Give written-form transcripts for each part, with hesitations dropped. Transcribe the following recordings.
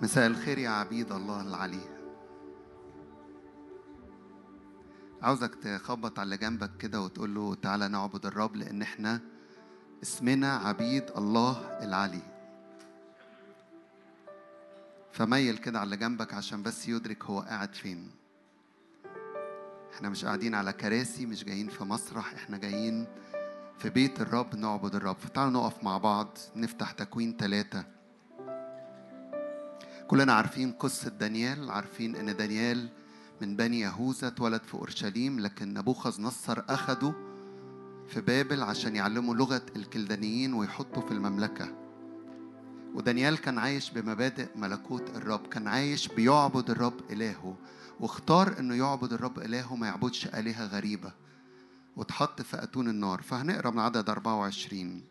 مساء الخير يا عبيد الله العلي. عاوزك تخبط على جنبك كده وتقول له تعالى نعبد الرب، لأن احنا اسمنا عبيد الله العلي. فميل كده على جنبك عشان بس يدرك هو قاعد فين. احنا مش قاعدين على كراسي، مش جايين في مسرح، احنا جايين في بيت الرب نعبد الرب. فتعالوا نقف مع بعض نفتح تكوين 3. كلنا عارفين قصة دانيال، عارفين ان دانيال من بني يهوذا، اتولد في أورشليم، لكن نبوخذ نصر أخده في بابل عشان يعلموا لغة الكلدانيين ويحطوا في المملكة. ودانيال كان عايش بمبادئ ملكوت الرب، كان عايش بيعبد الرب إلهه، واختار انه يعبد الرب إلهه، ما يعبدش آلهة غريبة، واتحط في أتون النار. فهنقرأ من عدد 24.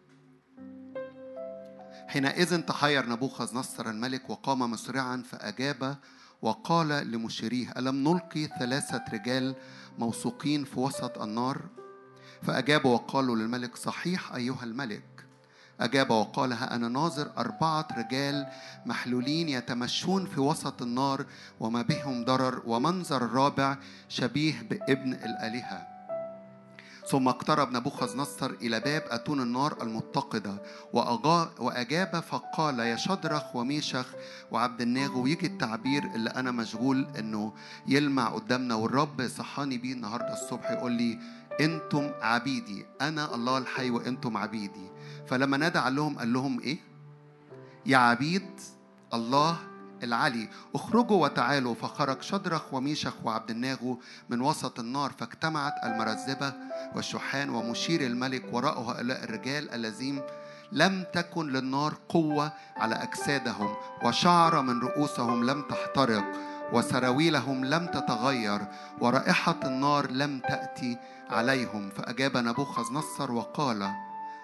حينئذ تحير نبوخذ نصر الملك وقام مسرعا فأجاب وقال لمشيريه: ألم نلقي 3 رجال موثوقين في وسط النار؟ فأجابوا وقالوا للملك: صحيح أيها الملك. أجاب وقال: ها أنا ناظر 4 رجال محلولين يتمشون في وسط النار وما بهم ضرر، ومنظر الرابع شبيه بابن الآلهة. ثم اقترب نبوخذ نصر إلى باب أتون النار المتقدة وأجاب فقال: يا شدرخ وميشخ وعبد الناغو. ويجي التعبير اللي أنا مشغول إنه يلمع قدامنا، والرب صحاني بيه النهاردة الصبح، يقول لي: أنتم عبيدي، أنا الله الحي وأنتم عبيدي. فلما نادى عليهم قال لهم إيه؟ يا عبيد الله العلي اخرجوا وتعالوا. فخرج شدرخ وميشخ وعبد الناغو من وسط النار، فاجتمعت المرزبة والشحان ومشير الملك وراء هؤلاء الرجال الذين لم تكن للنار قوة على أجسادهم، وشعر من رؤوسهم لم تحترق، وسراويلهم لم تتغير، ورائحة النار لم تأتي عليهم. فأجاب نبوخذ نصر وقال: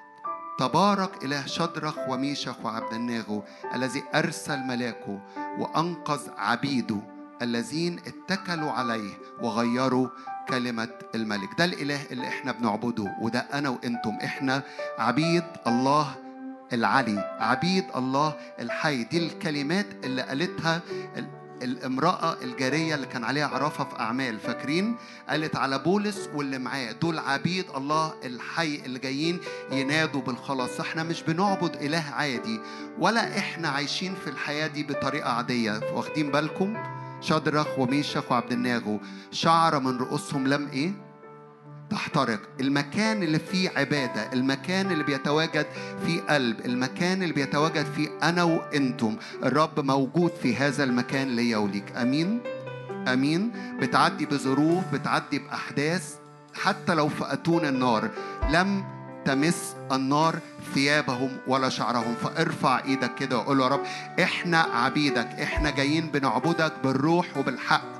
تبارك إله شدرخ وميشخ وعبد الناغو الذي أرسل ملاكه وأنقذ عبيده الذين اتكلوا عليه وغيروا كلمة الملك. ده الإله اللي احنا بنعبده، وده أنا وإنتم. احنا عبيد الله العلي، عبيد الله الحي. دي الكلمات اللي قالتها الامرأة الجارية اللي كان عليها عرافة في أعمال، فاكرين؟ قالت على بولس واللي معاه: دول عبيد الله الحي اللي جايين ينادوا بالخلاص. احنا مش بنعبد إله عادي، ولا احنا عايشين في الحياة دي بطريقة عادية. واخدين بالكم؟ شدرخ وميشخ وعبد الناغو شعر من رؤوسهم لم ايه؟ تحترق. المكان اللي فيه عبادة، المكان اللي بيتواجد فيه قلب، المكان اللي بيتواجد فيه أنا وإنتم، الرب موجود في هذا المكان ليا وليك. أمين أمين. بتعدي بظروف، بتعدي بأحداث، حتى لو في أتون النار لم تمس النار ثيابهم ولا شعرهم. فارفع ايدك كده وقول: يا رب احنا عبيدك، احنا جايين بنعبدك بالروح وبالحق.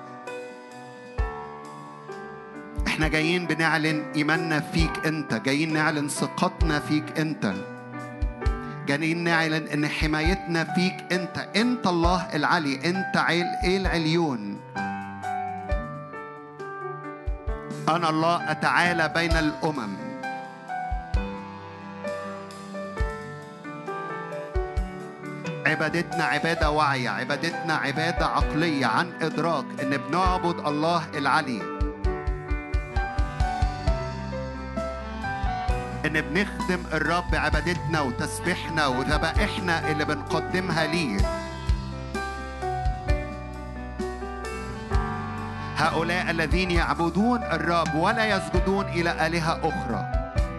احنا جايين بنعلن إيماننا فيك أنت، جايين نعلن ثقتنا فيك أنت، جايين نعلن إن حمايتنا فيك أنت. أنت الله العلي، أنت العليون. أنا الله أتعالى بين الأمم. عبادتنا عبادة واعية، عبادتنا عبادة عقلية عن إدراك إن بنعبد الله العلي، إن بنخدم الرب عبادتنا وتسبيحنا وذبائحنا اللي بنقدمها ليه. هؤلاء الذين يعبدون الرب ولا يسجدون إلى آلهة أخرى،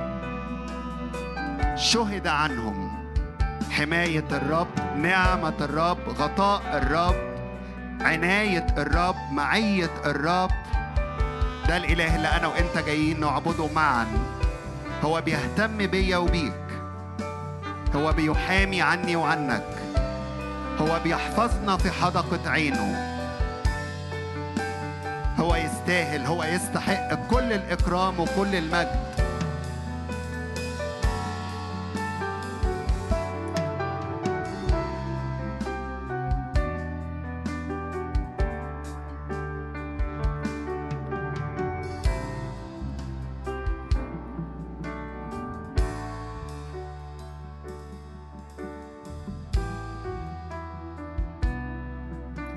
شهد عنهم حماية الرب، نعمة الرب، غطاء الرب، عناية الرب، معية الرب. ده الإله اللي أنا وإنت جايين نعبده معا. هو بيهتم بيا وبيك، هو بيحامي عني وعنك، هو بيحفظنا في حدقة عينه. هو يستاهل، هو يستحق كل الإكرام وكل المجد.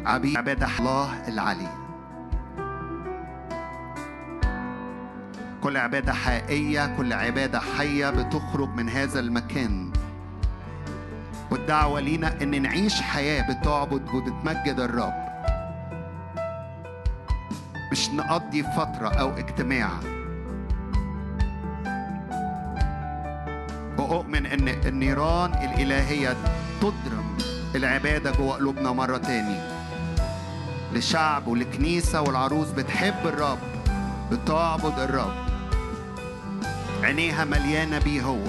عبيد عبادة الله العلي. كل عبادة حقيقية، كل عبادة حية بتخرج من هذا المكان. والدعوة لينا إن نعيش حياة بتعبد وبتمجد الرب، مش نقضي فترة أو اجتماع. وأؤمن إن النيران الإلهية تضرم العبادة جوه قلوبنا مرة تاني، لشعب ولكنيسة والعروس بتحب الرب، بتعبد الرب، عينيها مليانة بيه هو.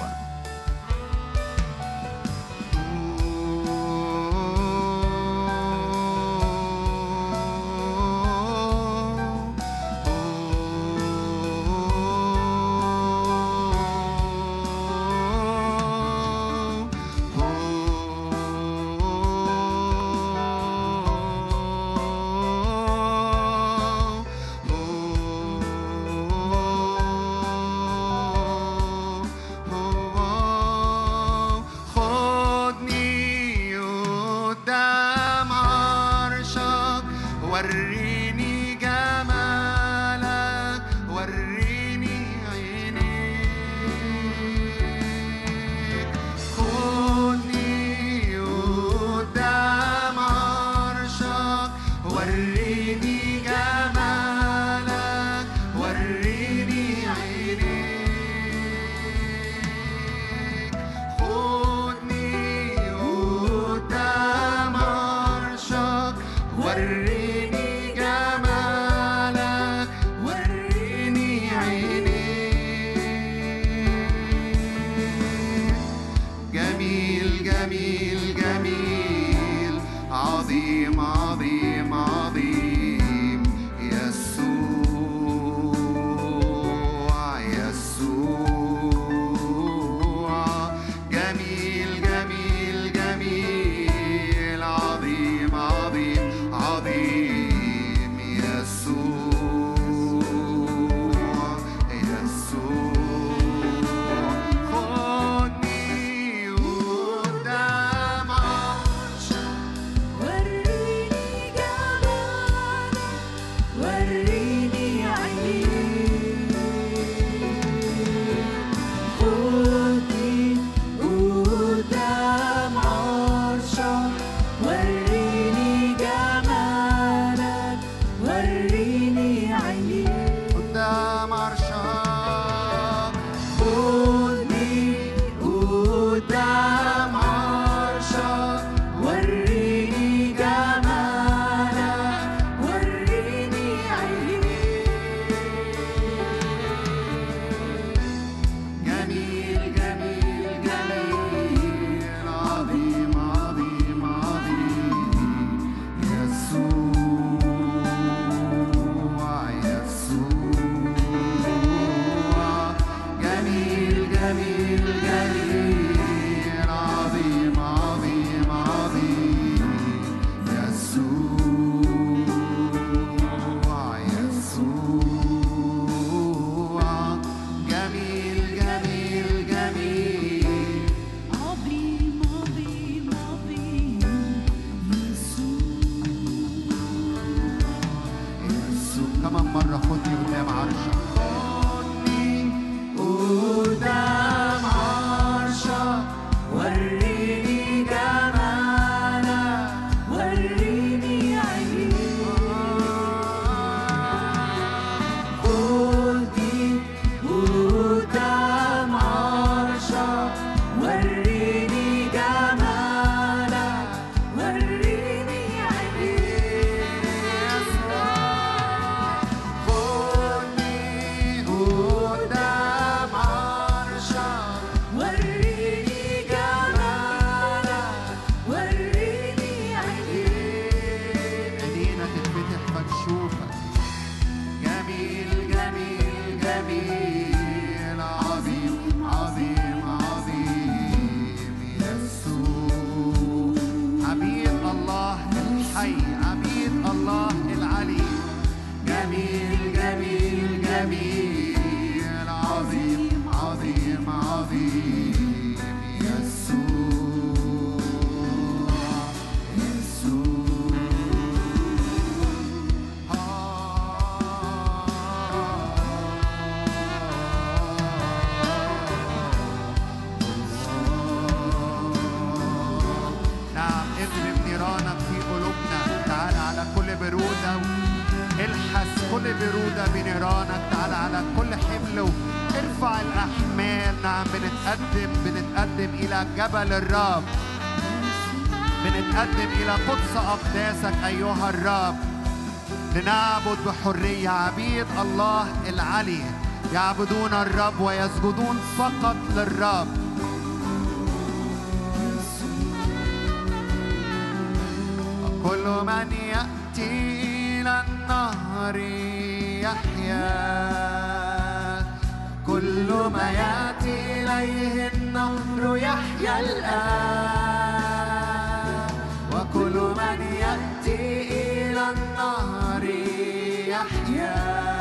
برودة، الحس كل برودة بنيرانك. تعال على كل حمل وارفع الأحمال. نعم بنتقدم إلى جبل الرب، بنتقدم إلى قدس أقداسك أيها الرب، لنعبد بحرية. عبيد الله العلي يعبدون الرب ويسجدون فقط للرب. كل من يأتي إلى النهر يحيا، كل ما يأتي إليه النهر يحيا الآن، وكل من يأتي إلى النهر يحيا،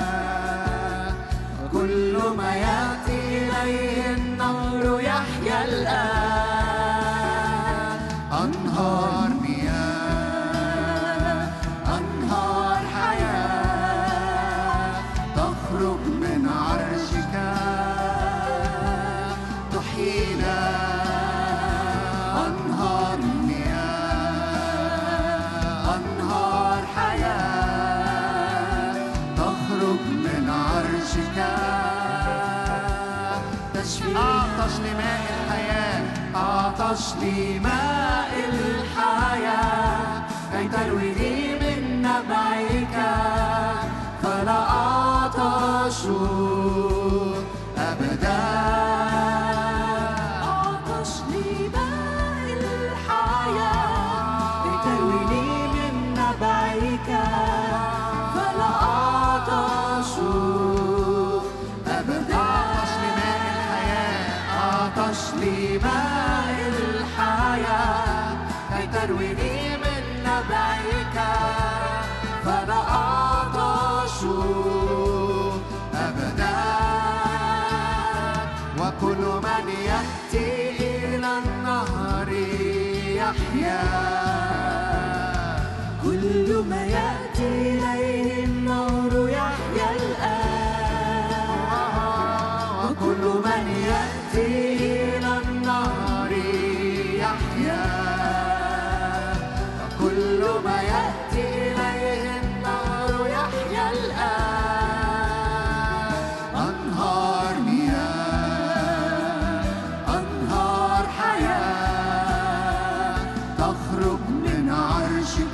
كل ما يأتي إليه النهر يحيا الآن. أنهار مياه، أنهار حياة تخرج من عرشك تحيينا. أنهار مياه، أنهار حياة تخرج من عرشك تشفي. أعطش لماء الحياة، أعطش لماء الحياة كي ترويني من نبعك، فلا أعطش أبدا. أعطش لماء الحياة كي ترويني من نبعك، فلا أعطش أبدا. أعطش لماء الحياة، أعطش لماء الحياة كي ترويني من نبعك، فلا أعطش أبدا. وكل من يأتي إلى النهر يحيا، كل ما يأتي إليه النهر يحيا الآن، وكل من يأتي إلى النهر يحيا، وكل ما يأتي إليه النهر يحيا الآن. أنهار مياه، أنهار حياة تخرج من عرشك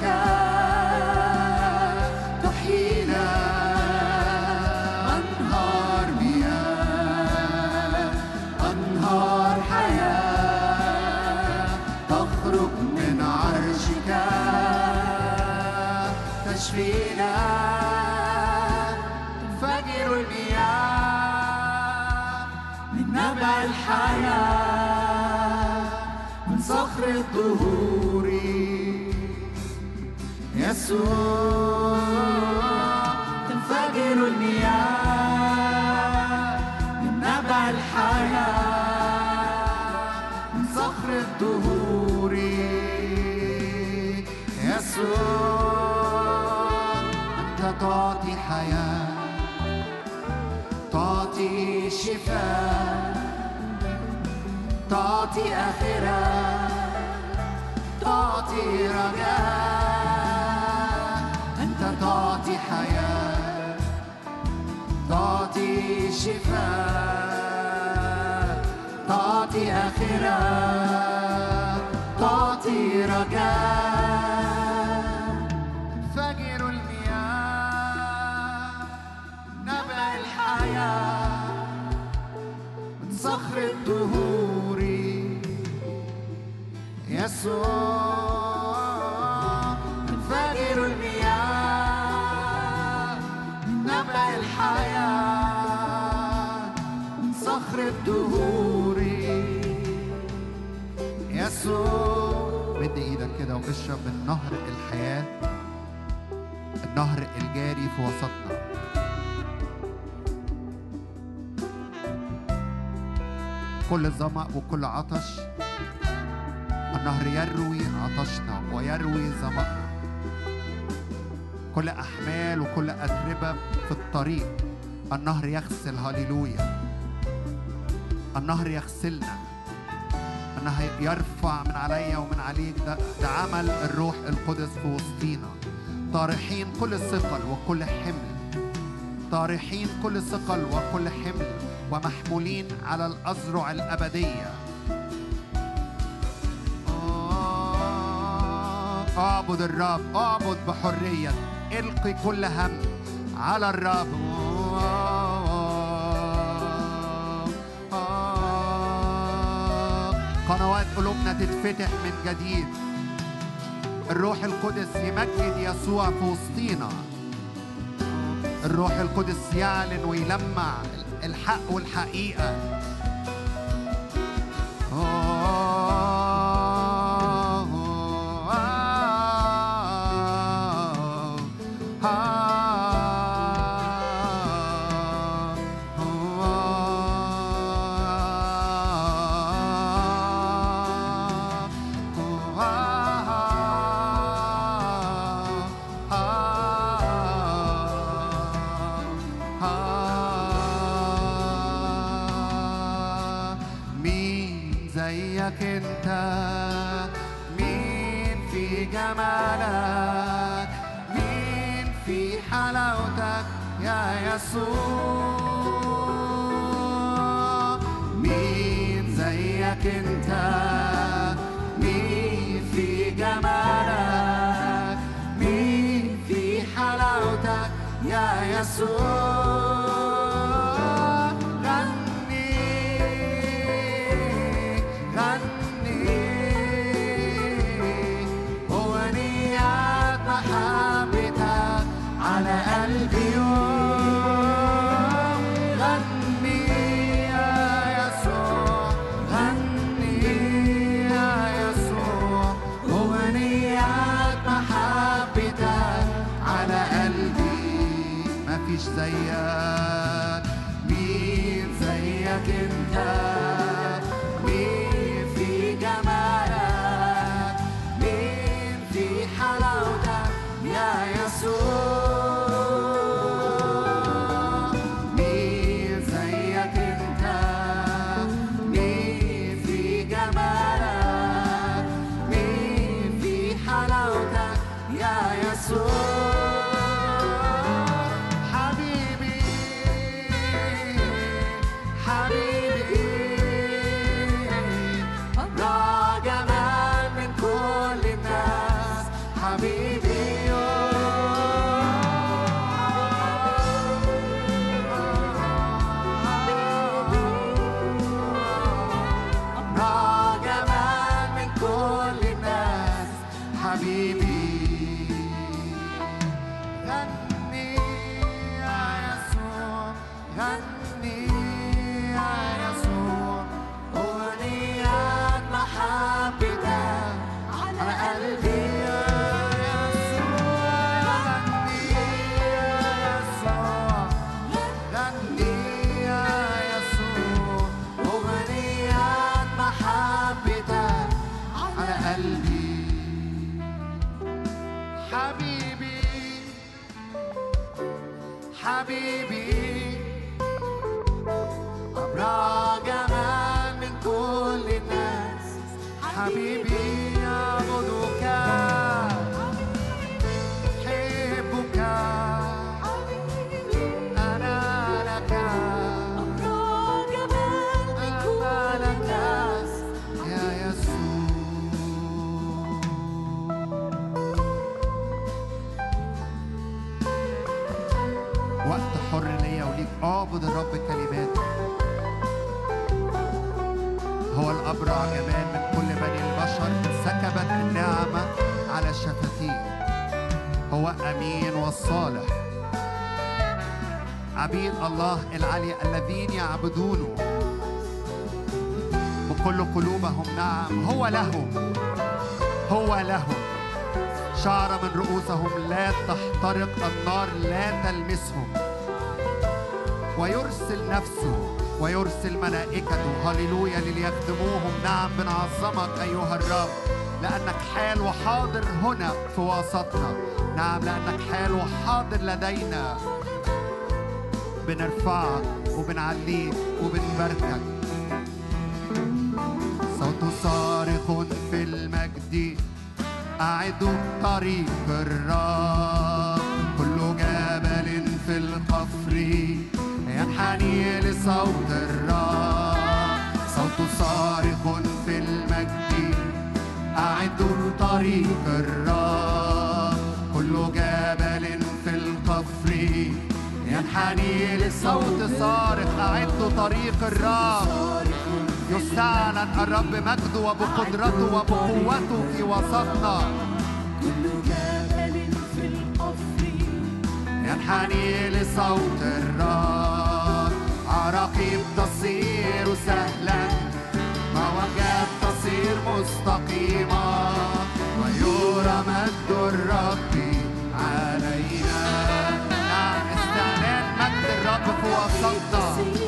تحيينا. أنهار مياه، أنهار حياة تخرج من عرشك تشفينا. تنفجر المياه من نبع الحياة، من صخر الدهور يسوع. تنفجر المياه من نبع الحياة، من صخر الدهور يسوع. أنت تعطي حياة، تعطي شفاء، تعطي آخرة، تعطي رجاء. أنت تعطي حياة، تعطي شفاء، تعطي آخرة، تعطي رجاء. تنفجر المياه نبع الحياة، من صخر الدهور يسوع. تنفجر المياه من نبع الحياة، من صخر الدهور يسوع. مد ايدك كده واشرب من نهر الحياة، النهر الجاري في وسطنا. كل ظمأ وكل عطش، النهر يروي عطشنا ويروي ظمأنا. كل أحمال وكل أتربة في الطريق، النهر يغسل. هاليلويا. النهر يغسلنا، النهر يرفع من عليا ومن عليك. ده عمل الروح القدس في وسطينا. طارحين كل ثقل وكل حمل، طارحين كل ثقل وكل حمل ومحمولين على الأذرع الأبدية. اعبد الرب، اعبد بحرية، القي كل هم على الرب. قنوات قلوبنا تتفتح من جديد، الروح القدس يمجد يسوع في وسطينا، الروح القدس يعلن ويلمع الحق والحقيقة. جمالك مين في حلاوتك يا يسوع، مين زيك انت، مين في جمالك، مين في حلاوتك يا يسوع. زيك مين زيك انت، مين في جمالك، مين في حلاوتك يا يسوع، مين زيك انت، مين في جمالك، مين في حلاوتك يا يسوع. اعبد الرب كلماته، هو الأبرع جمال من كل بني البشر، سكبت النعمة على شفتيه، هو أمين والصالح. عبيد الله العلي الذين يعبدونه بكل قلوبهم، نعم هو لهم، هو لهم. شعر من رؤوسهم لا تحترق النار، لا تلمسهم، ويرسل نفسه ويرسل ملائكته هللويا ليخدموهم. نعم بنعظمك أيها الرب لأنك حال وحاضر هنا في وسطنا، نعم لأنك حال وحاضر لدينا. بنرفعك وبنعليك وبنباركك. صوت صارخ في المجد أعدوا طريق الرب، كل جبل في القفر ينحني لصوت الرب، صوت صارخ في المجد. أعدوا طريق الرب، كل جبل في القفر ينحني لصوت صارخ. أعدوا طريق الرب، يستعلن الرب مجده وبقدرته وبقوته في وسطنا. كل جبل في القفر ينحني لصوت الرب، عراقيب تصير سهلا، مواجهات تصير مستقيمة، ويرى مجد الرب علينا. نعم، استعلان مجد الرب في وسطنا.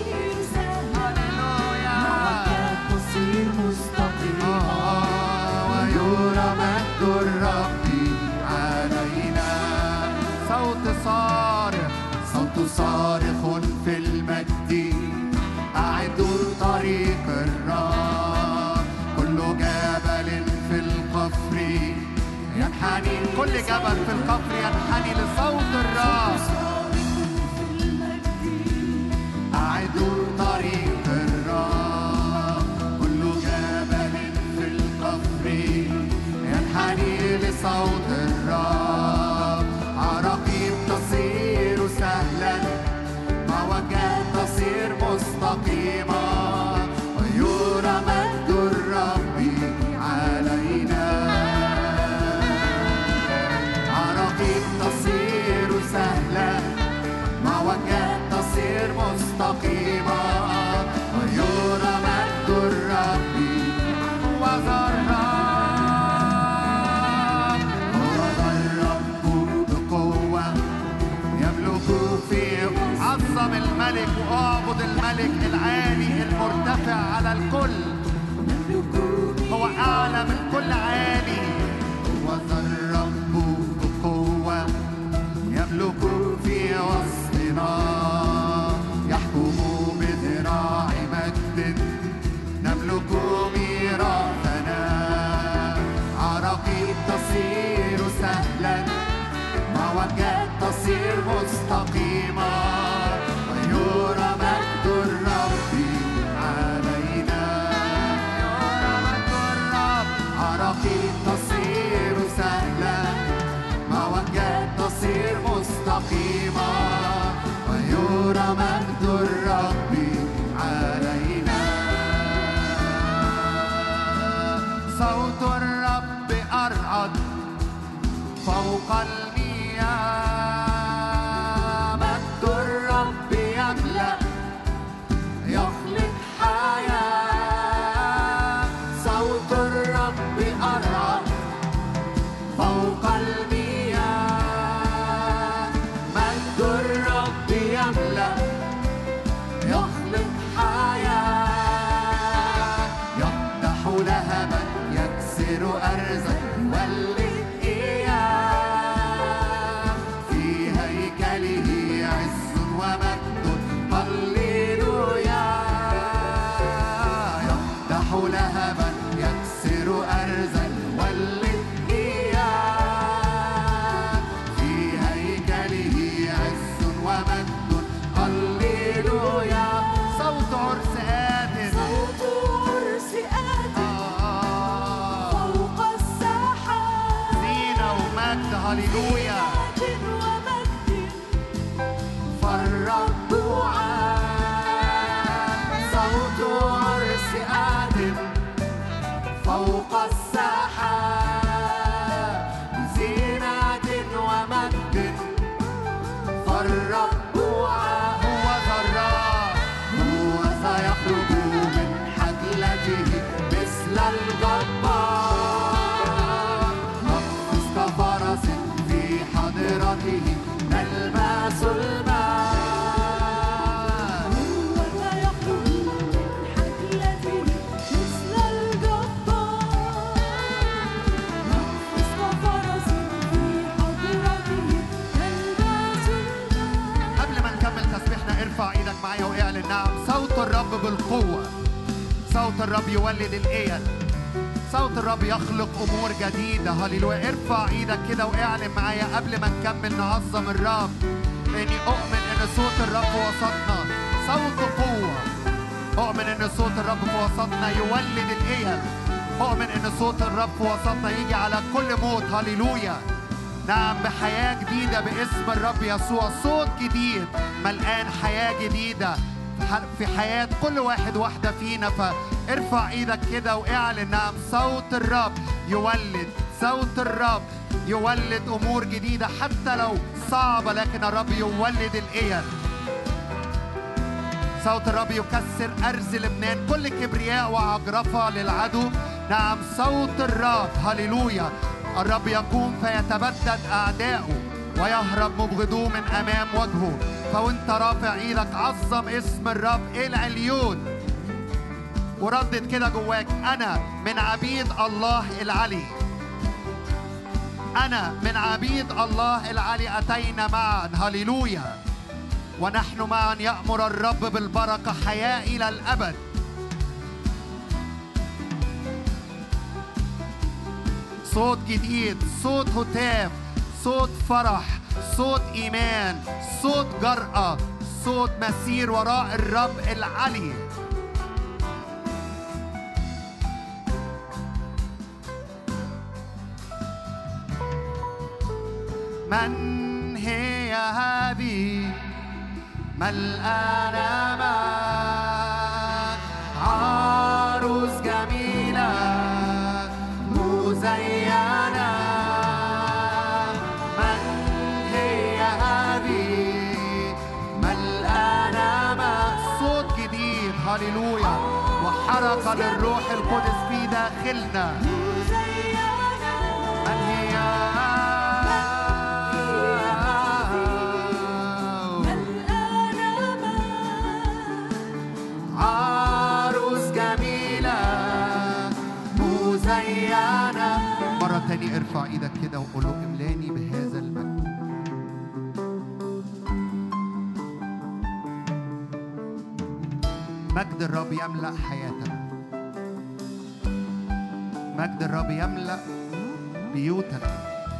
ويرى مجد الرب علينا. صوت صارخ، صوت صارخ في المجد. أعدوا طريق الرب، كل جبل في القفر ينحني، كل جبل في القفر ينحني لصوت الرب. أعدوا طريق الرب، كل جبل في القفر ينحني لصوت الرب، عراقيب تصير سهلا، مواجهات تصير مستقيمة، ويرى مجد الرب علينا. عراقيب تصير سهلا، مواجهات تصير مستقيمة، ويرى مجد الرب. وذا الرب بقوة يملك في. عظم الملك واعبد الملك العالي المرتفع على الكل، هو أعلى من كل عالي. وذا الرب بقوة يملك في وسطنا، يحكم بذراع مجد، نملك ميراثنا. عراقيب تصير سهلا، مواجهات تصير مستقيمة، ويرى مجد الرب علينا. يرى مجد الرب. عراقيب تصير سهلا، مواجهات تصير مستقيمة، ويرى مجد الرب علينا. صوت الرب أرعد فوق المياه، مجد الرب يملأ يخلق حياة. صوت الرب أرعد فوق المياه، مجد الرب يملأ يخلق حياة. يقدح لهبا يكسر أرزا يولد إياه، في هيكله عز ومجد هللويا. يقدح لهبا يكسر أرزا يولد إياه، في هيكله عز ومجد هللويا. صوت عرس آت، صوت عرس آت فوق الساحات، زينة ومجد هللويا. فالرب عال. صوت عرس آت فوق الساحات، زينة ومجد. فالرب عال. هو ذا الرب، هو سيخرج من حجلته مثل الجبار، نقفز كفرس في حضرته نلمس الماء. هو سيخرج من حجلته مثل الجبار، نقفز كفرس في حضرته نلمس الماء. قبل ما نكمل تسبيحنا ارفع ايدك معايا واعلن. نعم، صوت الرب بالقوة، صوت الرب يولد الإيل، صوت الرب يخلق أمور جديدة. هللويا. ارفع ايدك كده واعلن معايا قبل ما نكمل نعظم الرب، لأني أؤمن إن صوت الرب في وسطنا صوت قوة. أؤمن إن صوت الرب في وسطنا يولد الإيل. أؤمن إن صوت الرب في وسطنا يجي على كل موت. هللويا. نعم، بحياة جديدة باسم الرب يسوع. صوت جديد ملقان حياة جديدة في حياة كل واحد واحدة فينا. فارفع ايدك كده واعلن. نعم، صوت الرب يولد، صوت الرب يولد أمور جديدة حتى لو صعبة، لكن الرب يولد الإيل. صوت الرب يكسر أرز لبنان كل كبرياء وعجرفة للعدو. نعم، صوت الرب هللويا. الرب يقوم فيتبدد أعداؤه ويهرب مبغضوه من أمام وجهه. فوانت رافع ايدك عظم اسم الرب العليون وردد كده جواك: أنا من عبيد الله العلي، أنا من عبيد الله العلي، أتينا معا. هللويا. ونحن معا يأمر الرب بالبركة حياة إلى الأبد. صوت جديد، صوت هتاف، صوت فرح، صوت إيمان، صوت جرأة، صوت مسير وراء الرب العلي. من هي هذه ملقانة معك؟ عروس جميلة مزينة. من هي هذه ملقانة معك؟ صوت جديد هللويا وحركة للروح القدس في داخلنا. من هي مرة تاني ارفع ايدك كده وقول له: املاني بهذا المجد. مجد الرب يملأ حياتنا، مجد الرب يملأ بيوتنا،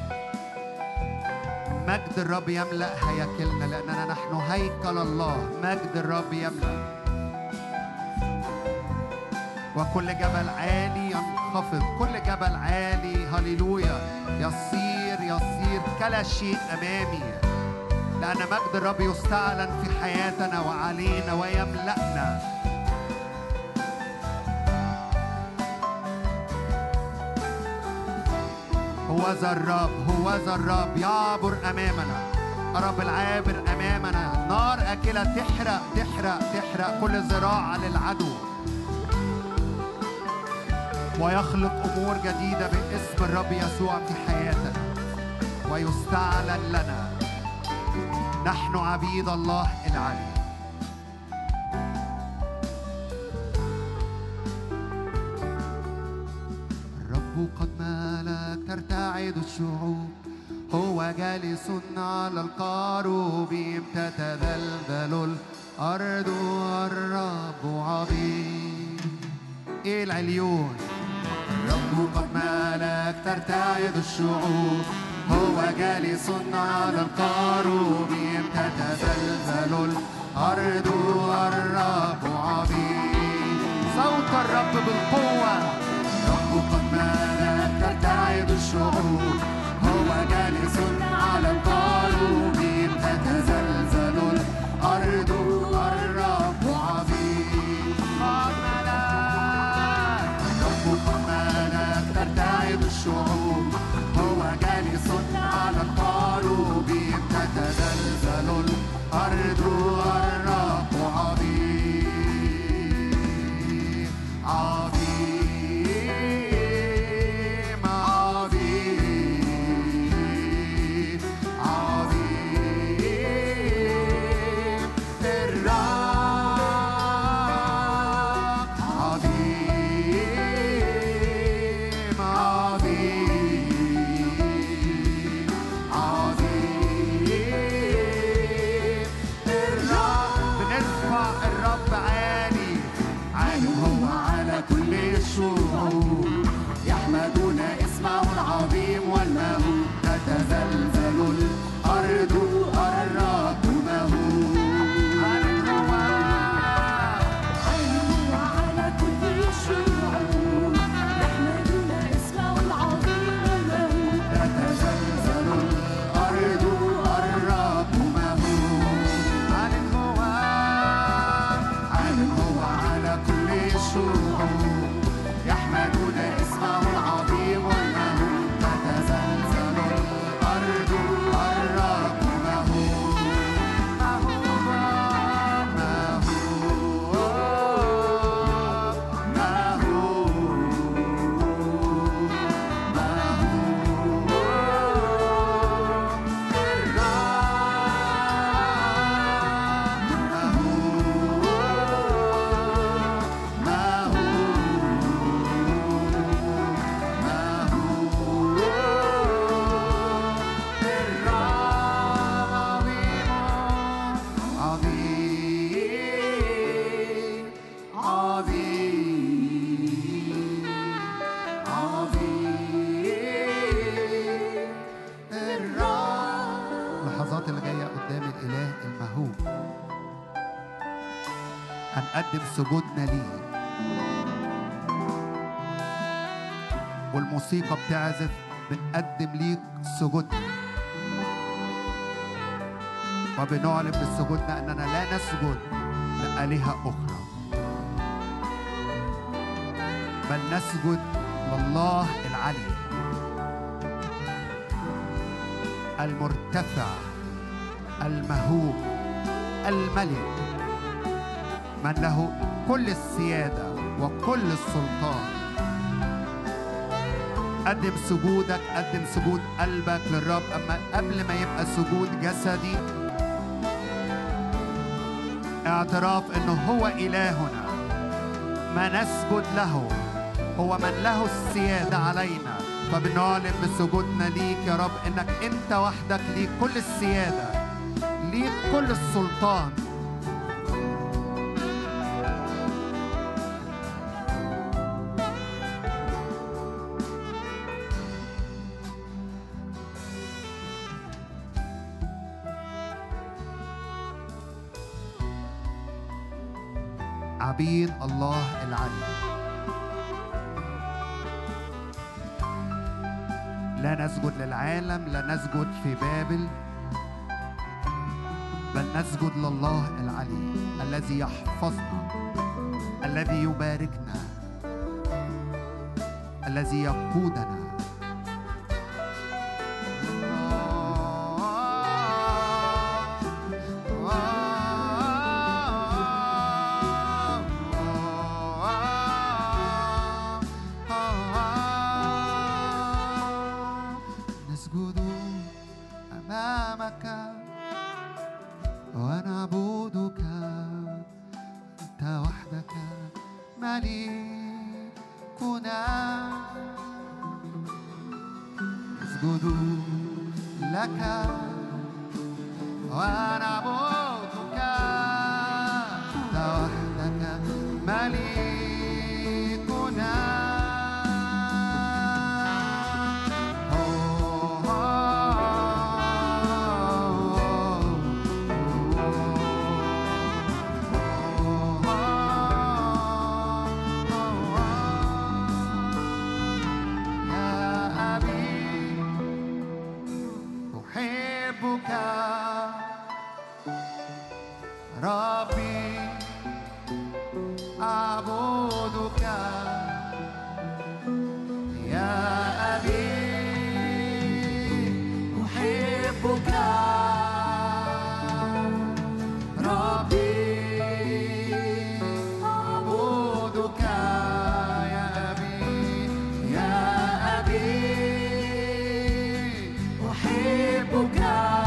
مجد الرب يملأ هياكلنا، لأننا نحن هيكل الله. مجد الرب يملأ، وكل جبل عالي ينخفض، كل جبل عالي هللويا يصير كلا شيء أمامي، لأن مجد الرب يستعلن في حياتنا وعلينا ويملأنا. هوذا الرب يعبر أمامنا، الرب العابر أمامنا. نار أكلة تحرق كل ذراع للعدو، ويخلق أمور جديدة باسم الرب يسوع في حياتنا ويستعلن لنا. نحن عبيد الله العلي. الرب قد ملك ترتعد الشعوب، هو جالس على القاروب، تتذلذل الأرض والرب عظيم. إيه العليون؟ الرب قد ملك ترتعد الشعوب، هو جالس على القاروب، تتزلزل الأرض والرب عظيم. صوت الرب بالقوة. الرب قد ملك ترتعد الشعوب، هو جالس على القاروب، تتزلزل الأرض والرب عظيم. قد ملك، الرب قد ملك ترتعد الشعوب، هو جالس على القاروب، تتزلزل الأرض والرب عظيم. عظيم عظيم عظيم الرب، عظيم عظيم بنقدم سجودنا ليك. والموسيقى بتعزف بنقدم ليك سجودنا، وبنعلن بسجودنا أننا لا نسجد لآلهة أخرى، بل نسجد لله العلي المرتفع المهوب الملك، من له كل السيادة وكل السلطان. قدم سجودك، قدم سجود قلبك للرب. أما قبل ما يبقى سجود جسدي، اعتراف أنه هو إلهنا، ما نسجد له، هو من له السيادة علينا. فبنعلن بسجودنا ليك يا رب إنك أنت وحدك ليك كل السيادة، ليك كل السلطان. عبيد الله العلي، لا نسجد للعالم، لا نسجد في بابل، بل نسجد لله العلي الذي يحفظنا، الذي يباركنا، الذي يقودنا. ونعبدك أنت وحدك مليكنا، نسجد لك ونعبدك أنت وحدك مليكنا. ربي أعبدك يا أبي، أحبك ربي أعبدك يا أبي، يا أبي أحبك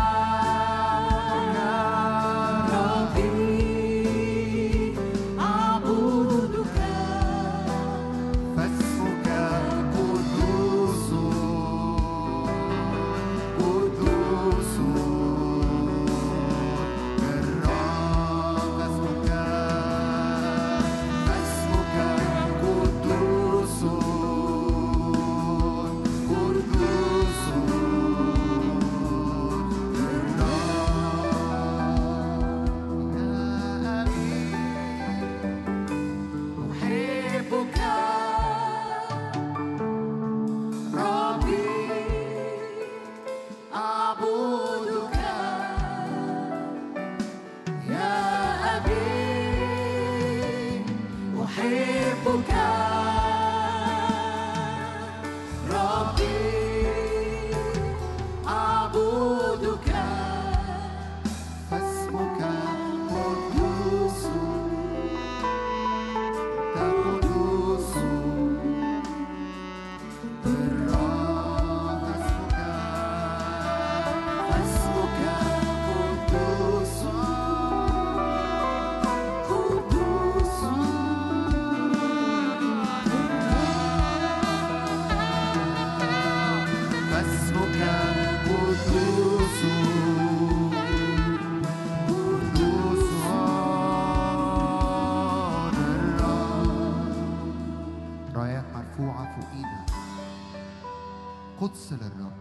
قدس للرب.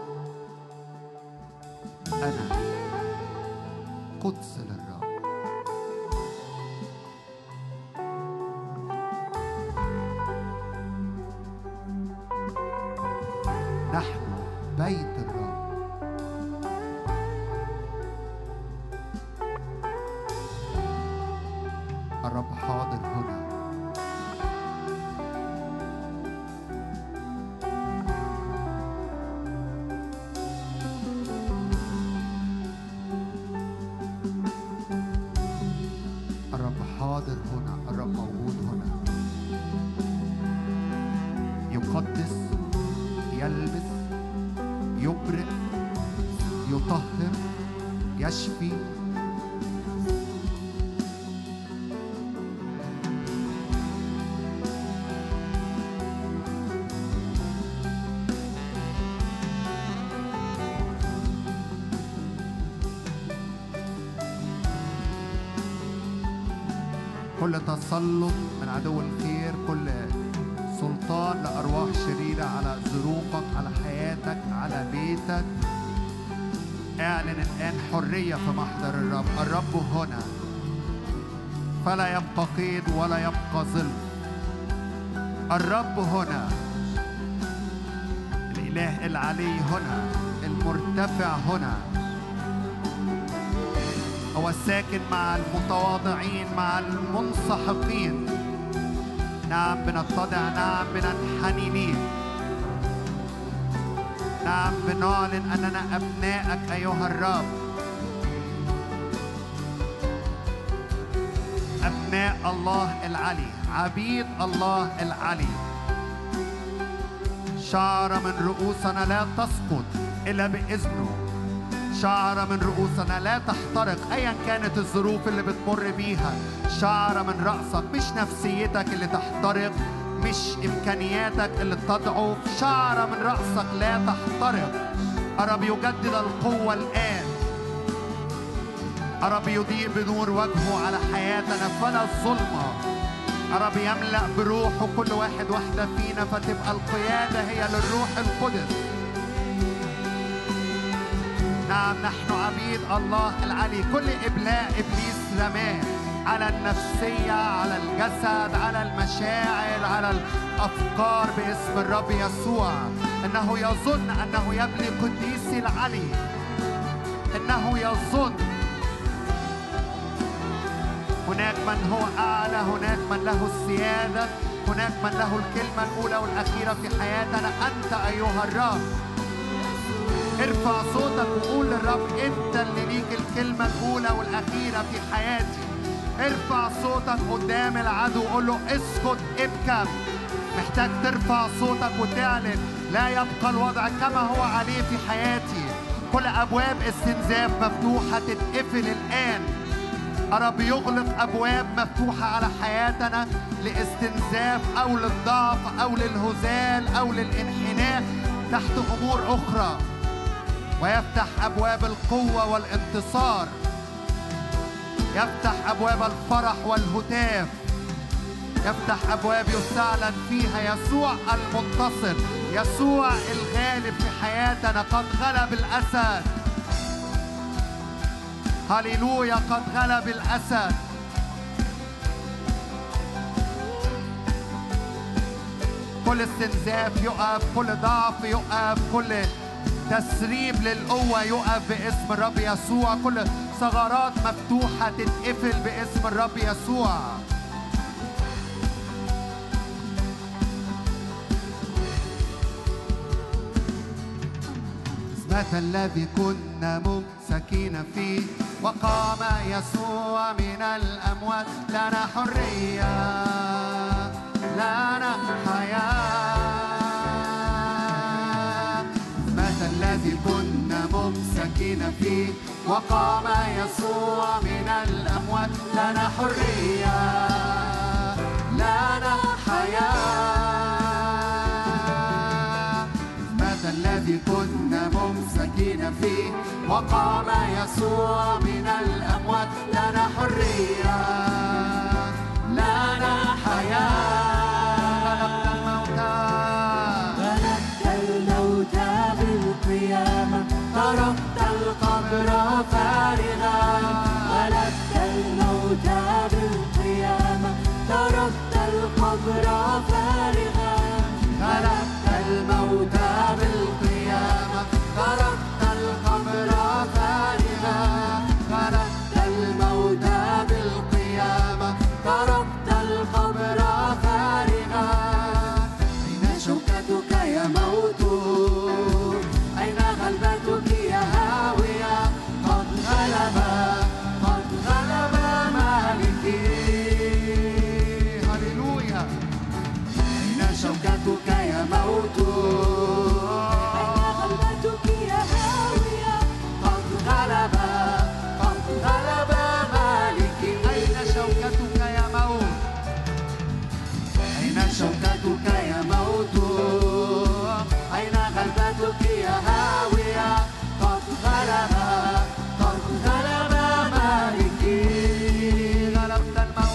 أنا قدس للرب. نحن بيت الرب. الرب حاضر هنا. الرب حاضر هنا. الرب موجود هنا. يقدس، يلبس، يبرئ، يطهر، يشفي. كل تسلط من عدو الخير، كل سلطان لأرواح شريرة على ظروفك، على حياتك، على بيتك، اعلن الآن حرية في محضر الرب. الرب هنا، فلا يبقى قيد ولا يبقى ظلم. الرب هنا، الإله العلي هنا، المرتفع هنا، هو الساكن مع المتواضعين، مع المنسحقين. نعم بنتضع، نعم بننحني ليك، نعم بنعلن أننا أبنائك أيها الرب، أبناء الله العلي، عبيد الله العلي. شعرة من رؤوسنا لا تسقط إلا بإذنه، شعرة من رؤوسنا لا تحترق أيا كانت الظروف اللي بتمر بيها. شعرة من رأسك، مش نفسيتك اللي تحترق، مش إمكانياتك اللي تضعف. شعرة من رأسك لا تحترق. الرب يجدد القوة الآن. الرب يضيء بنور وجهه على حياتنا فلا ظلمة. الرب يملأ بروحه كل واحد واحدة فينا، فتبقى القيادة هي للروح القدس. نعم نحن عبيد الله العلي. كل إبلاء إبليس رماه على النفسية، على الجسد، على المشاعر، على الأفكار باسم الرب يسوع. إنه يظن أنه يبني قديسي العلي، إنه يظن هناك من هو أعلى، هناك من له السيادة، هناك من له الكلمة الأولى والأخيرة في حياتنا. أنت أيها الرب ارفع صوتك وقول للرب أنت اللي ليك الكلمة الأولى والأخيرة في حياتي. ارفع صوتك قدام العدو وقول له اسكت ابكم. محتاج ترفع صوتك وتعلن لا يبقى الوضع كما هو عليه في حياتي. كل أبواب استنزاف مفتوحة تتقفل الآن. الرب يغلق أبواب مفتوحة على حياتنا لاستنزاف أو للضعف أو للهزال أو للانحناء تحت أمور أخرى، ويفتح أبواب القوة والانتصار، يفتح أبواب الفرح والهتاف، يفتح أبواب يستعلن فيها يسوع المنتصر، يسوع الغالب في حياتنا. قد غلب الأسد. هاليلويا، قد غلب الأسد. كل استنزاف يقف، كل ضعف يقف، كل تسريب للقوة يقف باسم الرب يسوع. كل ثغرات مفتوحة تتقفل باسم الرب يسوع. اسمك الذي كنا ممسكين فيه وقام يسوع من الأموات. لنا حرية، لنا حياة. اسمك الذي كنا ممسكين فيه وقام يسوع من الأموات. لنا حرية، لنا حياة. الذي كنا ممسكين فيه وقام يسوع من الأموات. لنا حرية، لنا حياة. غلبت الموت بالقيامة، تركت القبر فارغا. غلبت الموت بالقيامة، تركت القبر فارغا. غلبت الموت بالقيامة، موت؟ أين غلبتك يا هاوية؟ قد غلب مالكي. هللويا. أين شوكتك يا موت؟ أين غلبتك يا هاوية؟ قد غلب مالكي. أين شوكتك يا موت؟ أين شوكتك يا موت؟ أين غلبتك يا هاوية؟ قد غلب مالكي. غلبت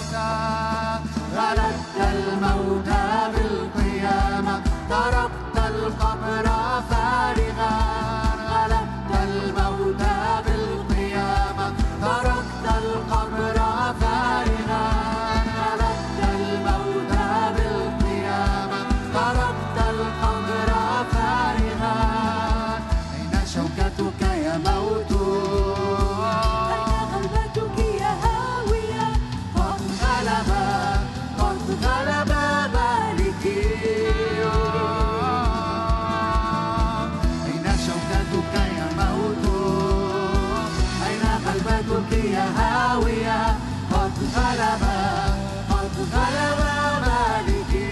الموت بالقيامة، تركت القبر فارغا. غلبت الموت بالقيامة، تركت القبر فارغا. غلبت الموت بالقيامة، تركت القبر فارغا. أين شوكتك يا موت؟ أين غلبتك يا هاوية؟ قد غلب مالكي. أين شوكتك يا موت؟ أين غلبتك يا هاوية؟ قد غلب مالكي.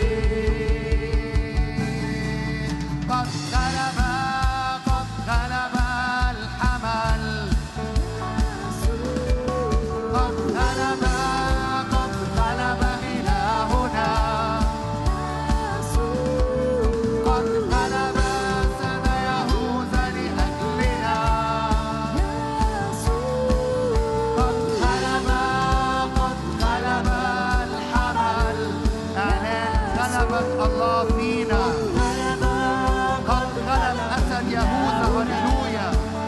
قد غلب الحمل. قد غلب إلهنا. قد غلب سد يهوذا لأجلنا. قد غلب الحمل. إعلان غلبة الله فينا. قد غلب أسد يهوذا. هللويا.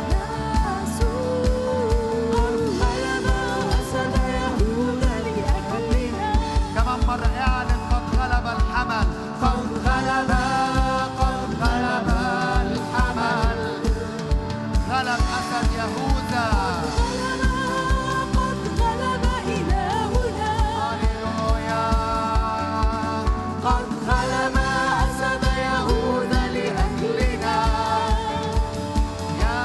كمان مرة اعلن قد غلب الحمل. قد غلب الحمل. غلب أسد يهوذا. قد غلب إلهنا. هللويا. قد غلب أسد يهوذا لأجلنا. يا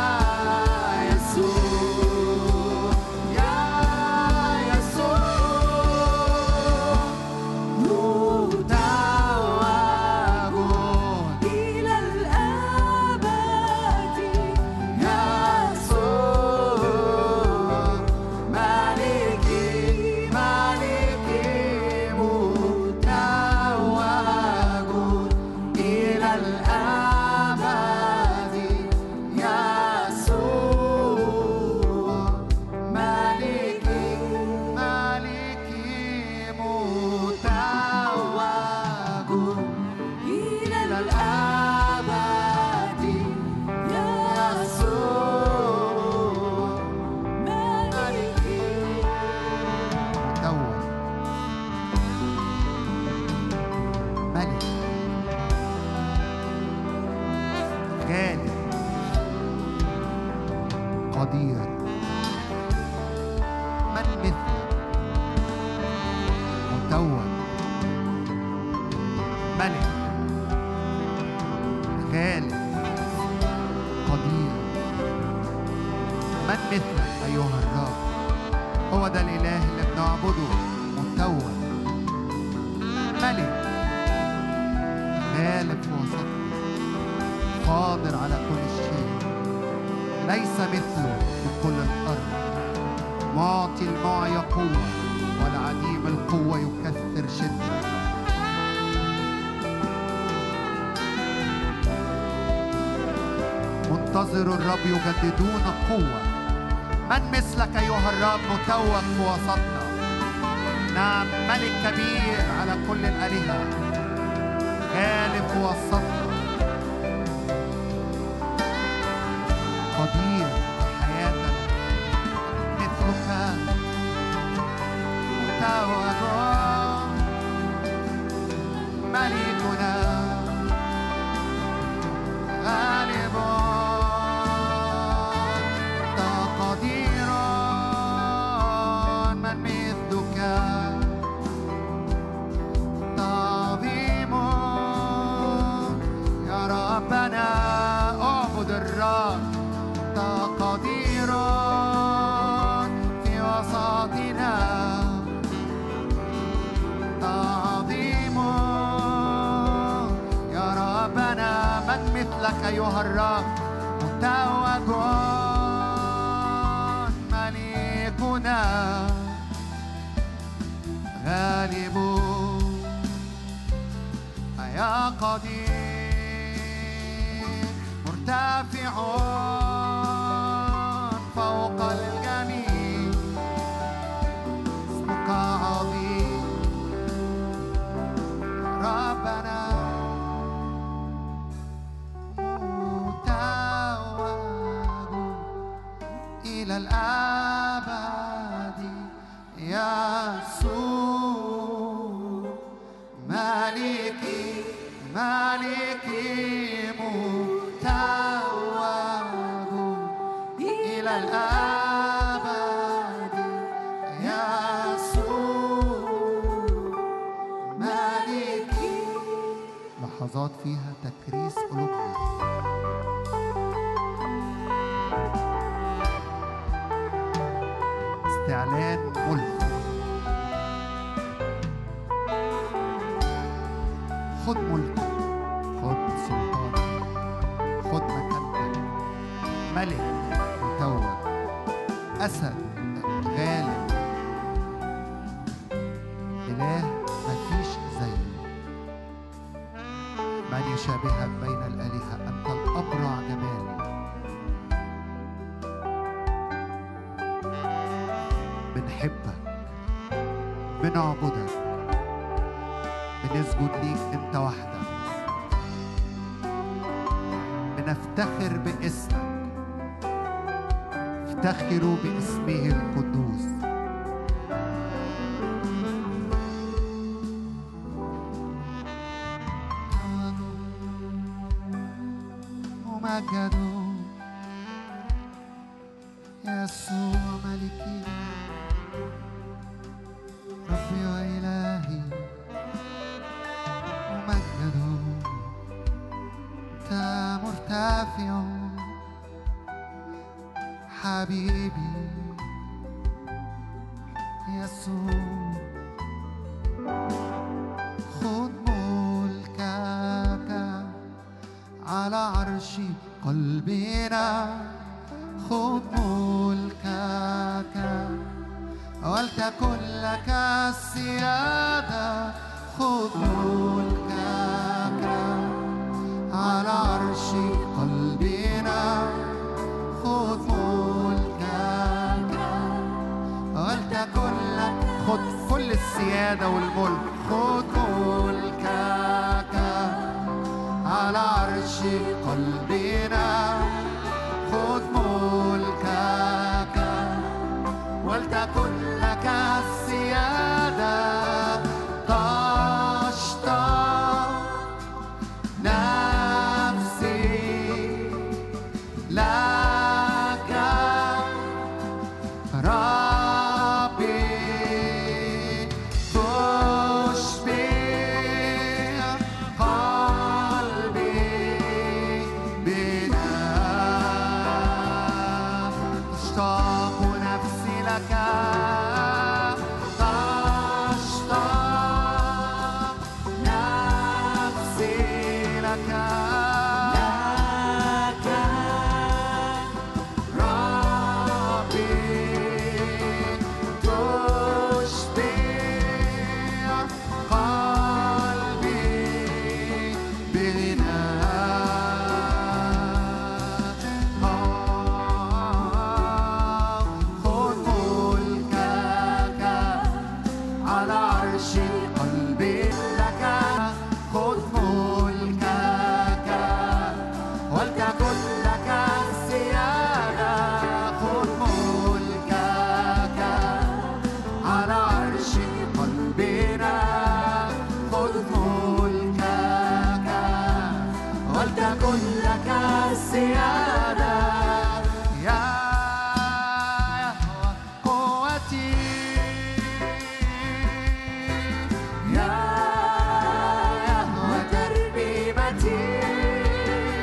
يسوع يا يسوع متوج إلى الأبد. يسوع مالكي متوج إلى الأبد. يسوع مالكي متوج إلى الأبد. يسوع مالكي متوج. ملك غالب قدير. من مثل متوج ملك غالب قدير. من مثلك أيها الرب؟ هو ده الإله اللي بنعبده. متوج ملك غالب في وسطنا، قادر على كل شيء، ليس مثله في كل الأرض. معطي المعي قوة، والعديم القوة يكثر شدة. منتظر الرب يجددون قوة. من مثلك أيها الرب متوج في وسطنا؟ نعم، ملك كبير على كل الآلهة، غالب في وسطنا، قدير في حياتنا. مثلك متوج ملكنا غالب قدير. من مثلك تعظيم ربنا اعبد الرب، أنت قدير في وسطنا، أنت عظيم يا ربنا. من مثلك أيها الرب متوج مليكنا، غالب يا قدير، مرتفع فوق الجميع، اسمك عظيم ربنا، متوج إلى الأبد يسوع، مالكي مالكي متوج إلى الأبد يسوع، مالكي. لحظات فيها تكريس قلوبنا، استعلان ملك. خد ملكك، خد سلطانك، خد مكانتك، ملك متوج، أسد غالب، إله مفيش زيه. من يشابهك بين الآلهة؟ أنت الأبرع جمال. بنحبك، بنعبدك، بنسجد ليك انت وحدك، بنفتخر باسمك، افتخروا باسمه القدوس. ممجد يسوع ملكي، ربي وإلهي، ممجد أنت مرتفع، حبيبي يسوع. خذ ملكك على عرش قلبنا، خذ ملكك ولتكن لك السيادة، خذ ملكك على عرش قلبنا، خذ ملكك ولتكن لك. خذ كل السيادة والملك، خذ ملكك على عرش قلبنا، خذ ملكك ولتكن لك السيادة. تشتاق نفسي لك ربي، تشبع قلبي بك، تشتاق نفسي لك، تشتاق نفسي لك ربي، تشبع قلبي بغناك. خذ ملكك على عرش قلبي لك، خذ ملكك ولتكن لك السيادة، خذ ملكك على عرش قلبنا، خذ ملكك ولتكن لك السيادة. يا يهوه قوتي، يا يهوه تربيبتي،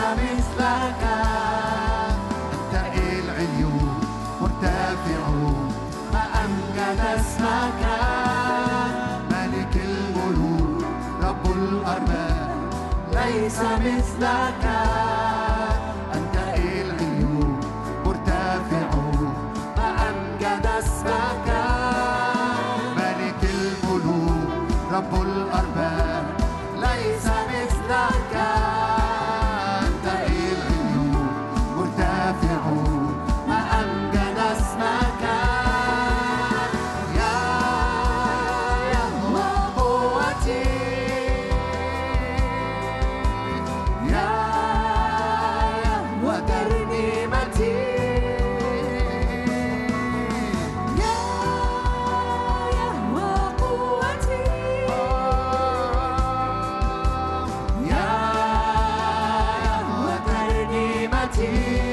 مثلك. أنت العليون مرتفعون، ما أمجد اسمك. ملك الملوك رب الأرباب ليس مثلك. أنت العليون مرتفعون، ما أمجد اسمك. ملك الملوك رب الأرباب ليس مثلك. أنت العليون مرتفعون، ما أمجد اسمك. يا يهوه قوتي، يا يهوه ترنيمتي، يا يهوه قوتي، يا يهوه ترنيمتي.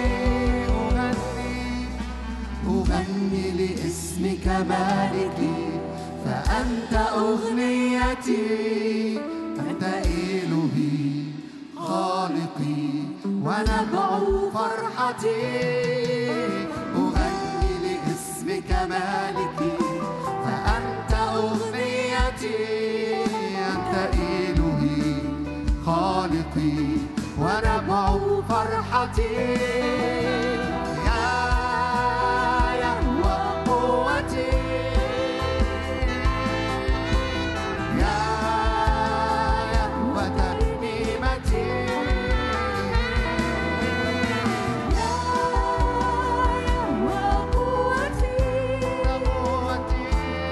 أغني لاسمك مالكي، فأنت أغنيتي. أنت إلهي خالقي ونبع فرحتي. أغني لاسمك مالكي، فأنت أغنيتي. أنت إلهي خالقي ونبع فرحتي. يا يهوه قوتي، يا يهوه ترنيمتي، يا يهوه قوتي، قوتي،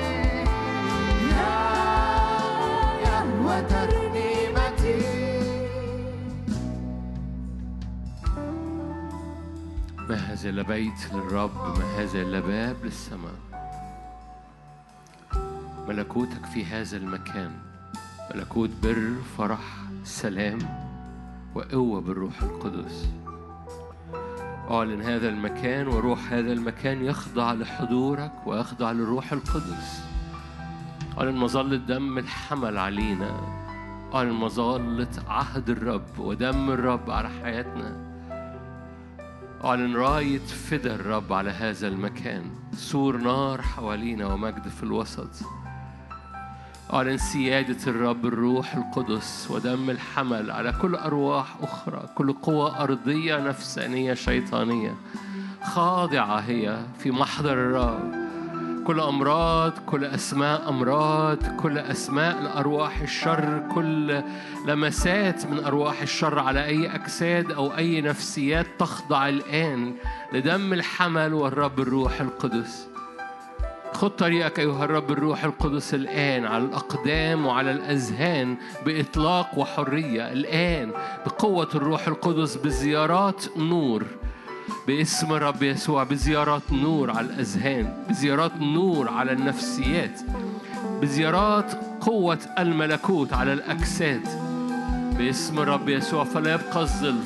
يا يهوه ترنيمتي. ما هذا إلا بيت للرب، ما هذا إلا باب للسماء. ملكوتك في هذا المكان، ملكوت بر، فرح، سلام وقوة بالروح القدس. أعلن هذا المكان، وروح هذا المكان يخضع لحضورك ويخضع للروح القدس. أعلن مظلة دم الحمل علينا، أعلن مظلة عهد الرب ودم الرب على حياتنا. أعلن راية فدا الرب على هذا المكان، سور نار حوالينا ومجد في الوسط. أعلن سيادة الرب الروح القدس ودم الحمل على كل أرواح أخرى، كل قوة أرضية نفسانية شيطانية خاضعة هي في محضر الرب. كل أمراض، كل أسماء أمراض، كل أسماء لأرواح الشر، كل لمسات من أرواح الشر على أي أجساد أو أي نفسيات تخضع الآن لدم الحمل والرب الروح القدس. خذ طريقك أيها الرب الروح القدس الآن على الأقدام وعلى الأذهان بإطلاق وحرية الآن بقوة الروح القدس، بزيارات نور باسم الرب يسوع، بزيارات نور على الأذهان، بزيارات نور على النفسيات، بزيارات قوة الملكوت على الأجساد باسم الرب يسوع. فلا يبقى الظلف،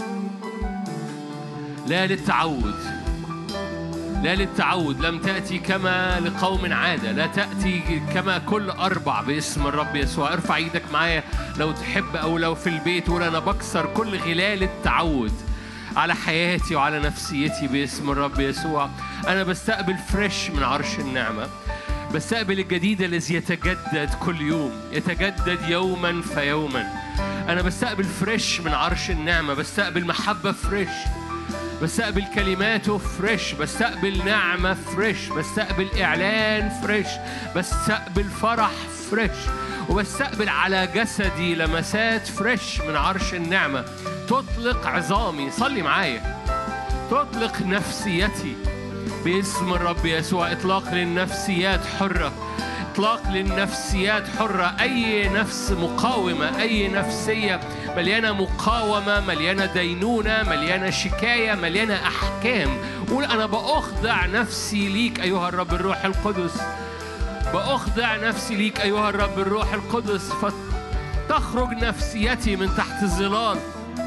لا للتعود، لا للتعود. لم تأتي كما لقوم عادة، لا تأتي كما كل أربع باسم الرب يسوع. ارفع ايدك معايا لو تحب، أو لو في البيت، ولا أنا بكسر كل غلال التعود على حياتي وعلى نفسيتي باسم الرب يسوع. أنا بستقبل فريش من عرش النعمة، بستقبل الجديد الذي يتجدد كل يوم، يتجدد يوما فيوما. أنا بستقبل فريش من عرش النعمة، بستقبل محبة فريش، بستقبل كلماته فريش، بستقبل نعمة فريش، بستقبل إعلان فريش، بستقبل فرح فريش، وبستقبل على جسدي لمسات فريش من عرش النعمة تطلق عظامي. صلي معايا. تطلق نفسيتي باسم الرب يسوع. إطلاق للنفسيات حرة، إطلاق للنفسيات حرة. أي نفس مقاومة، أي نفسية مليانة مقاومة، مليانة دينونة، مليانة شكاية، مليانة أحكام، قول أنا بأخضع نفسي ليك أيها الرب الروح القدس، بأخضع نفسي ليك أيها الرب الروح القدس. فتخرج نفسيتي من تحت الظلال،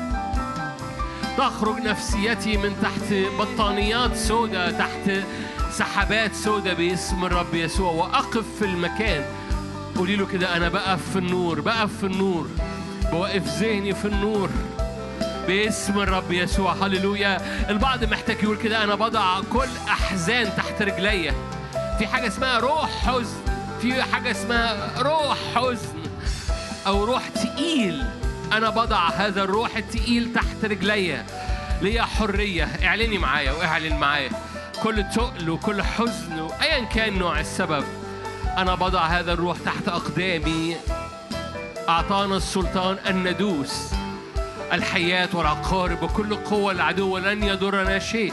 تخرج نفسيتي من تحت بطانيات سودة، تحت سحابات سودة باسم الرب يسوع، وأقف في المكان. قولي له كده، أنا بقف في النور، بقف في النور، بوقف ذهني في النور باسم الرب يسوع. هللويا. البعض محتاج يقول كده: أنا بضع كل أحزان تحت رجلي. في حاجة اسمها روح حزن، في حاجة اسمها روح حزن أو روح تقيل. أنا بضع هذا الروح التقيل تحت رجلي، ليا حرية. اعلني معايا واعلن معايا كل تقل وكل حزن وأيا كان نوع السبب. أنا بضع هذا الروح تحت أقدامي. أعطانا السلطان أن ندوس الحياة والعقارب وكل قوة العدو، ولن يضرنا شيء.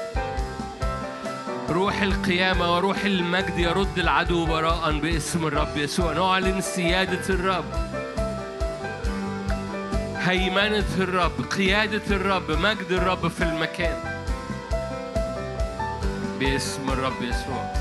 روح القيامة وروح المجد يرد العدو براء باسم الرب يسوع. نعلن سيادة الرب، هيمنة الرب، قيادة الرب، مجد الرب في المكان باسم الرب يسوع.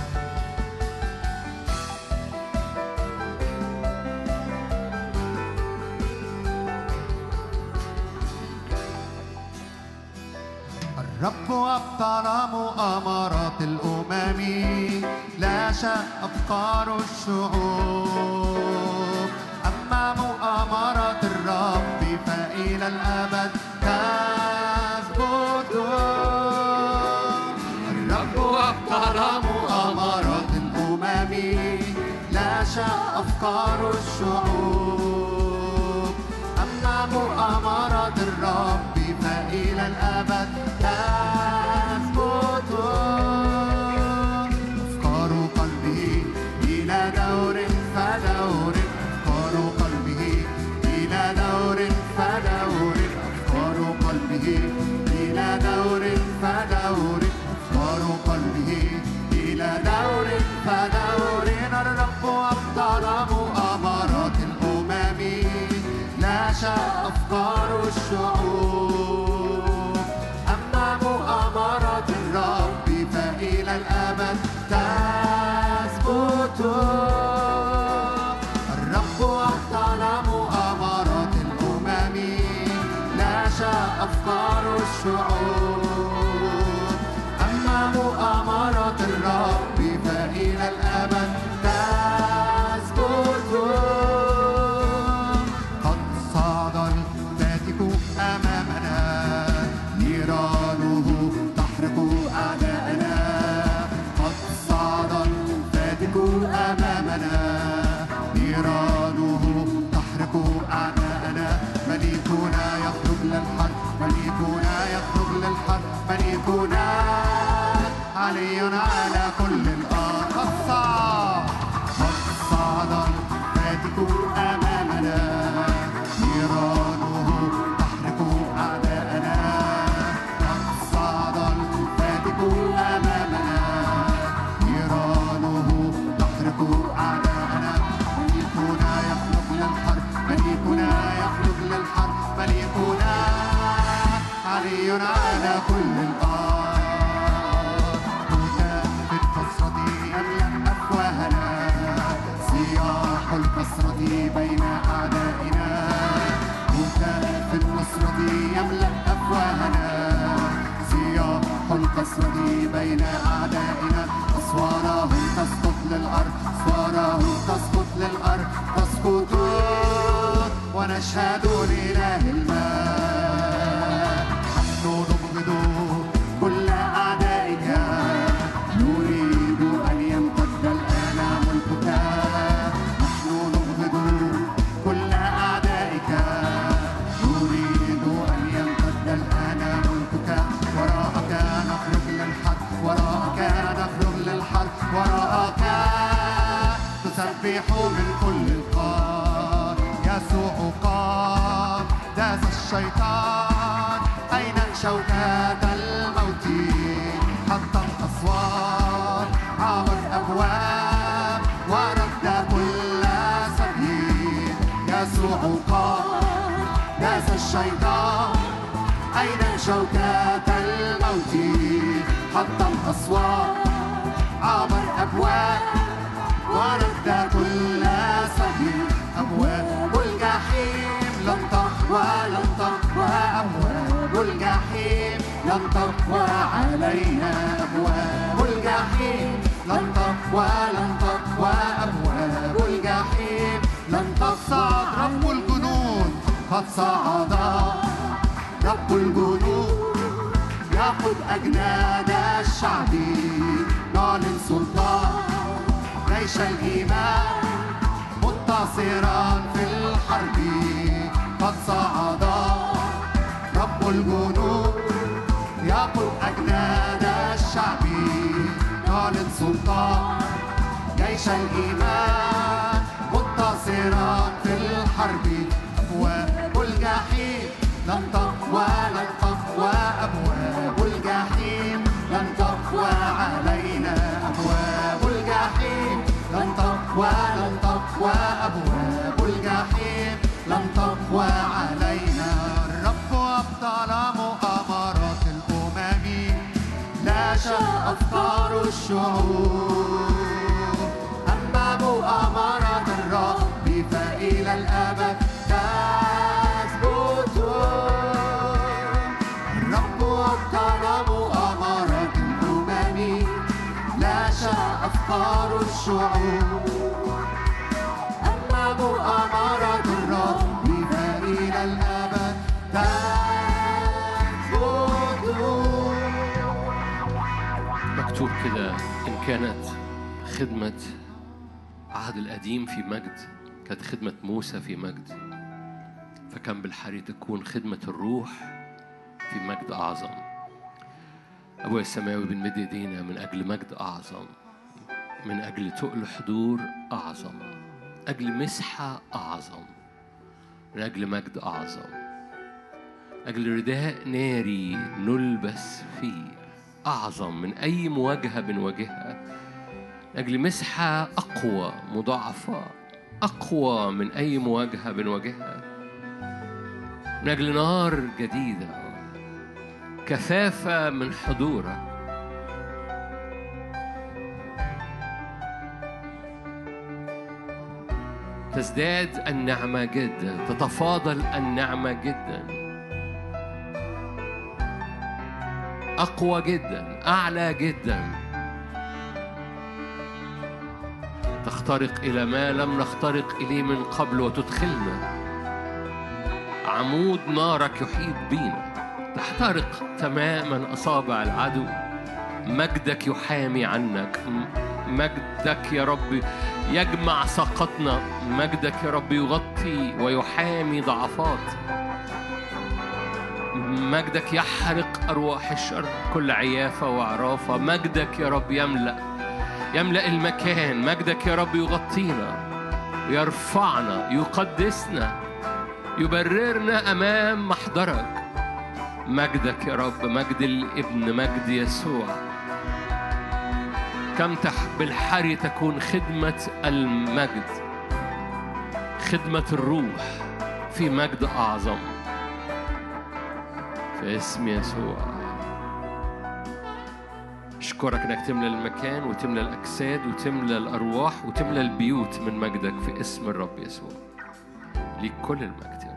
الرب أبطل مؤامرات الأمم، لا شاء أفكار الشعوب. أما مؤامرة الرب فإلى الأبد تثبت. الرب أبطل مؤامرات الأمم، لا شاء أفكار الشعوب. أما مؤامرة الرب فإلى الأبد تثبت. أفكار قلبه إلى دور فدور، أفكار قلبه إلى دور فدور، أفكار قلبه إلى دور فدور، أفكار قلبه إلى دور فدور. الرب أبطل مؤامرات الأمم، لا شاء أفكار الشعوب. أما مؤامرة الرب فإلى الأبد تثبت. الرب أبطل مؤامرات الأمم، لا شاء أفكار الشعوب. أما مؤامرة الرب فإلى الأبد تثبت. قد صعد الفاتك أمامنا، نيرانه تحرق أعداءنا. قد صعد الفاتك أمامنا، نيرانه تحرق أعداءنا. مليكنا يخرج للحرب، مليكنا يخرج للحرب، مليكنا علي على كل الأرض. قد صعد الفاتك أمامنا، نيرانه تحرق أعداءنا. قد صعد الفاتك أمامنا، نيرانه تحرق أعداءنا. مليكنا يخلق للحرب، مليكنا يخلق للحرب، مليكنا علي على كل الأرض. في الكسرة يملأ أفواهنا، صياح الكسرة بين أعدائنا. في النصرة يملأ أفواهنا، صياح الكسرة بين أعدائنا. أصوارهم تسقط للأرض، أصوارهم تسقط للأرض، تسقط ونشهد لإله الماء. نحن نبغض كل أعدائك، نريد أن يمتد الآن ملكك. نحن نبغض كل أعدائك، نريد أن يمتد الآن ملكك. وراءك نخرج للحرب، وراءك نخرج للحرب، وراءك تسبح من كل القار. يسوع قام، داس الشيطان. أين شوكات الموت؟ حط الأسوار، عبر أبواب ورد كل سبيل. يسوع قام، داس الشيطان. أين شوكات الموت؟ حط الأسوار، عبر أبواب ورد كل سبيل. أبواب الجحيم لن تقوى، لن تقوى. أبواب الجحيم لن تقوى علينا. أبواب الجحيم لن تقوى، لن تقوى. أبواب الجحيم لن تصعد. رب الجنود قد صعد، رب الجنود يقود أجناد الشعب. نعلن سلطان جيش الإيمان منتصرا في الحرب. قد صعد رب الجنود يقود أجناد الشعب. نعلن سلطان جيش الإيمان منتصرا في الحرب. أبواب الجحيم لن تقوى لن تقوى أبواب الجحيم لن تقوى علينا. أبواب الجحيم لن تقوى لن تقوى أبواب الجحيم لن تقوى علينا. الرب أبطل مؤامرات الأمم لا شاء أفكار الشعوب. أما مؤامرات الرب فإلى الأبد تثبت. الرب أبطل مؤامرات الأمم لا شاء أفكار الشعوب. أما مؤامرات الرب فإلى الأبد تثبت. مكتوب كده: إن كانت خدمة عهد القديم في مجد، كانت خدمة موسى في مجد، فكان بالحري تكون خدمة الروح في مجد أعظم. أبويا السماوي بنمد إيدينا من أجل مجد أعظم، من أجل تقل حضور أعظم، أجل مسحة أعظم، من أجل مجد أعظم، أجل رداء ناري نلبس فيه أعظم من أي مواجهة بنواجهها، أجل مسحة أقوى مضاعفة أقوى من أي مواجهة بنواجهها، من أجل نار جديدة، كثافة من حضورك. تزداد النعمة جدا، تتفاضل النعمة جدا، أقوى جدا، أعلى جدا، تخترق إلى ما لم نخترق إليه من قبل وتدخلنا. عمود نارك يحيط بينا، تحترق تماما أصابع العدو. مجدك يحامي عنك، مجدك يا رب يجمع ساقطنا، مجدك يا رب يغطي ويحامي ضعفات، مجدك يحرق أرواح الشر كل عيافة وعرافة. مجدك يا رب يملأ المكان، مجدك يا رب يغطينا، يرفعنا، يقدسنا، يبررنا أمام محضرك. مجدك يا رب، مجد الابن، مجد يسوع. كم بالحري تكون خدمة المجد، خدمة الروح في مجد أعظم في اسم يسوع. أشكرك أنك تملأ المكان وتملأ الأجساد وتملأ الأرواح وتملأ البيوت من مجدك في اسم الرب يسوع. ليك كل المجد.